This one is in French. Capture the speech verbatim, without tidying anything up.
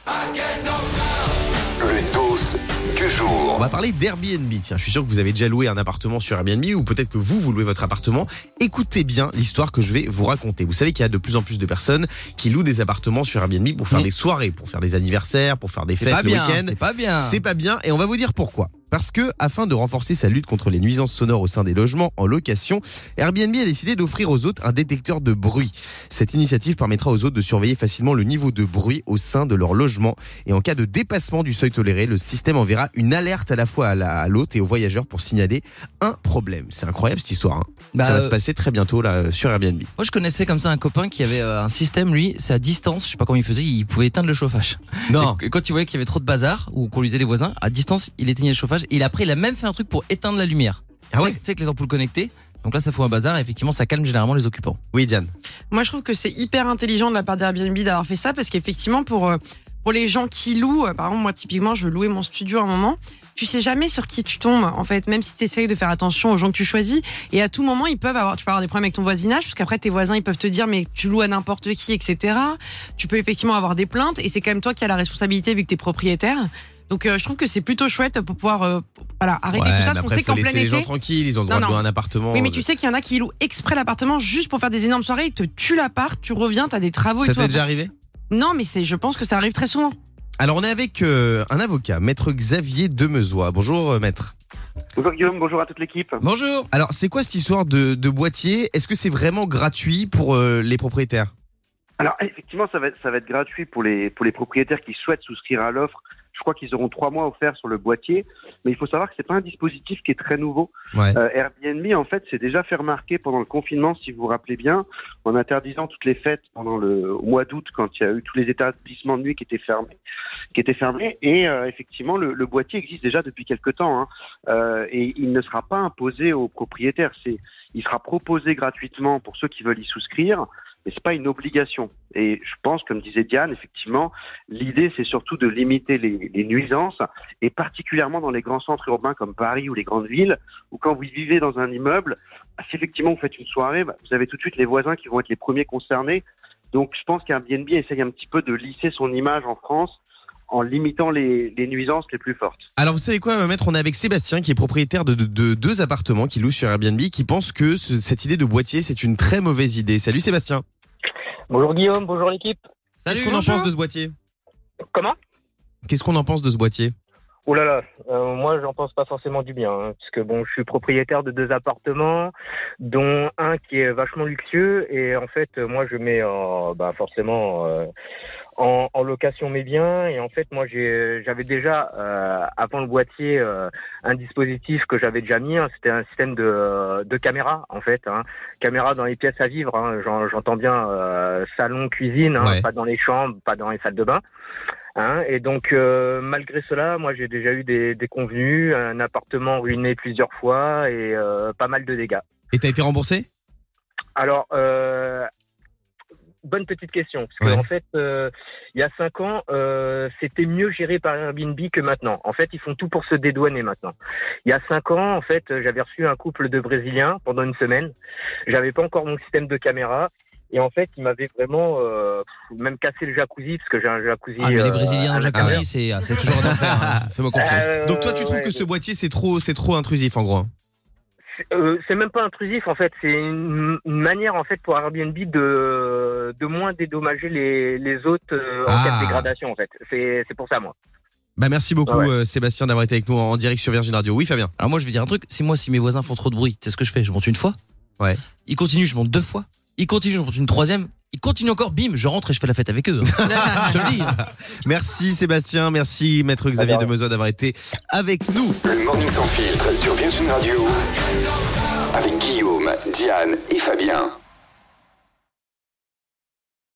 Le dos du jour. On va parler d'Airbnb. Tiens, je suis sûr que vous avez déjà loué un appartement sur Airbnb ou peut-être que vous, vous louez votre appartement. Écoutez bien l'histoire que je vais vous raconter. Vous savez qu'il y a de plus en plus de personnes qui louent des appartements sur Airbnb pour faire mmh. des soirées, pour faire des anniversaires, pour faire des fêtes le week-end. C'est pas bien. C'est pas bien et on va vous dire pourquoi. Parce que, afin de renforcer sa lutte contre les nuisances sonores au sein des logements en location, Airbnb a décidé d'offrir aux hôtes un détecteur de bruit. Cette initiative permettra aux hôtes de surveiller facilement le niveau de bruit au sein de leur logement. Et en cas de dépassement du seuil toléré, le système enverra une alerte à la fois à, la, à l'hôte et aux voyageurs pour signaler un problème. C'est incroyable cette histoire. Hein. Bah ça va euh... se passer très bientôt là sur Airbnb. Moi, je connaissais comme ça un copain qui avait euh, un système, lui, c'est à distance. Je sais pas comment il faisait, il pouvait éteindre le chauffage. Non. Et quand il voyait qu'il y avait trop de bazar ou qu'on lui disait les voisins, à distance, il éteignait le chauffage. Et après, il a même fait un truc pour éteindre la lumière. Ah ouais. Tu sais, avec les ampoules connectées. Donc là, ça fout un bazar et effectivement, ça calme généralement les occupants. Oui, Diane. Moi, je trouve que c'est hyper intelligent de la part d'Airbnb d'avoir fait ça parce qu'effectivement, pour, pour les gens qui louent, par exemple, moi, typiquement, je louais mon studio à un moment. Tu sais jamais sur qui tu tombes, en fait, même si tu essayes de faire attention aux gens que tu choisis. Et à tout moment, ils peuvent avoir, tu peux avoir des problèmes avec ton voisinage, parce qu'après, tes voisins, ils peuvent te dire, mais tu loues à n'importe qui, et cetera. Tu peux effectivement avoir des plaintes, et c'est quand même toi qui as la responsabilité vu que t'es propriétaire. Donc, euh, je trouve que c'est plutôt chouette pour pouvoir, euh, voilà, arrêter ouais, tout ça, parce qu'on sait qu'en plein été. Les gens tranquilles, ils ont le droit non, de louer non. un appartement. Oui, mais tu sais qu'il y en a qui louent exprès l'appartement juste pour faire des énormes soirées, ils te tuent l'appart, tu reviens, t'as des travaux ça et tout. Ça t'est déjà arrivé? Non, mais c'est, je pense que ça arrive très souvent. Alors on est avec euh, un avocat, maître Xavier Demeuzois. Bonjour euh, maître. Bonjour Guillaume, bonjour à toute l'équipe. Bonjour. Alors c'est quoi cette histoire de, de boîtier? Est-ce que c'est vraiment gratuit pour euh, les propriétaires? Alors effectivement ça va, être, ça va être gratuit pour les, pour les propriétaires qui souhaitent souscrire à l'offre. Je crois qu'ils auront trois mois offerts sur le boîtier, mais il faut savoir que c'est pas un dispositif qui est très nouveau. Ouais. Euh, Airbnb, en fait, s'est déjà fait remarquer pendant le confinement, si vous vous rappelez bien, en interdisant toutes les fêtes pendant le au mois d'août, quand il y a eu tous les établissements de nuit qui étaient fermés, qui étaient fermés. Et euh, effectivement, le, le boîtier existe déjà depuis quelque temps, hein, euh, et il ne sera pas imposé aux propriétaires. C'est, il sera proposé gratuitement pour ceux qui veulent y souscrire. Mais c'est pas une obligation. Et je pense, comme disait Diane, effectivement, l'idée c'est surtout de limiter les, les nuisances, et particulièrement dans les grands centres urbains comme Paris ou les grandes villes, où quand vous vivez dans un immeuble, si effectivement vous faites une soirée, bah, vous avez tout de suite les voisins qui vont être les premiers concernés. Donc je pense qu'Airbnb essaye un petit peu de lisser son image en France en limitant les, les nuisances les plus fortes. Alors vous savez quoi, maître, on est avec Sébastien qui est propriétaire de, de, de deux appartements qu'il loue sur Airbnb, qui pense que ce, cette idée de boîtier c'est une très mauvaise idée. Salut Sébastien. Bonjour Guillaume, bonjour l'équipe. Qu'est-ce qu'on bonjour. en pense de ce boîtier? Comment? Qu'est-ce qu'on en pense de ce boîtier? Oh là là, euh, moi j'en pense pas forcément du bien, hein, parce que bon, je suis propriétaire de deux appartements, dont un qui est vachement luxueux, et en fait moi je mets euh, bah forcément euh, en, en location mes biens, et en fait moi j'ai, j'avais déjà euh, avant le boîtier euh, un dispositif que j'avais déjà mis, hein, c'était un système de, de caméra en fait, hein, caméra dans les pièces à vivre, hein, j'en, j'entends bien euh, salon, cuisine, hein, ouais. Pas dans les chambres, pas dans les salles de bain. Hein, et donc, euh, malgré cela, moi, j'ai déjà eu des, des convenus, un appartement ruiné plusieurs fois et euh, pas mal de dégâts. Et t'as été remboursé? Alors, euh, bonne petite question. Parce ouais. qu'en fait, euh, il y a cinq ans, euh, c'était mieux géré par Airbnb que maintenant. En fait, ils font tout pour se dédouaner maintenant. Il y a cinq ans, en fait, j'avais reçu un couple de Brésiliens pendant une semaine. J'avais pas encore mon système de caméra. Et en fait, il m'avait vraiment euh, même cassé le jacuzzi, parce que j'ai un jacuzzi. Ah, mais les Brésiliens euh, en jacuzzi, c'est, c'est toujours un enfer. Hein. Fais-moi confiance. Euh, Donc toi, tu trouves ouais, que ce boîtier, c'est trop, c'est trop intrusif, en gros? c'est, euh, c'est même pas intrusif, en fait. C'est une, une manière, en fait, pour Airbnb de, de moins dédommager les, les hôtes euh, en ah. cas de dégradation, en fait. C'est, c'est pour ça, moi. Bah merci beaucoup, ah ouais. euh, Sébastien, d'avoir été avec nous en, en direct sur Virgin Radio. Oui, Fabien. Alors moi, je vais dire un truc. Si moi, si mes voisins font trop de bruit, tu sais ce que je fais? Je monte une fois. Ouais. Ils continuent, je monte deux fois. Ils continuent, je monte une troisième. Ils continuent encore, bim, je rentre et je fais la fête avec eux. Je te le dis. Merci Sébastien, merci Maître Xavier Demeuzois d'avoir été avec nous. Le Morning Sans Filtre sur Virgin Radio avec Guillaume, Diane et Fabien.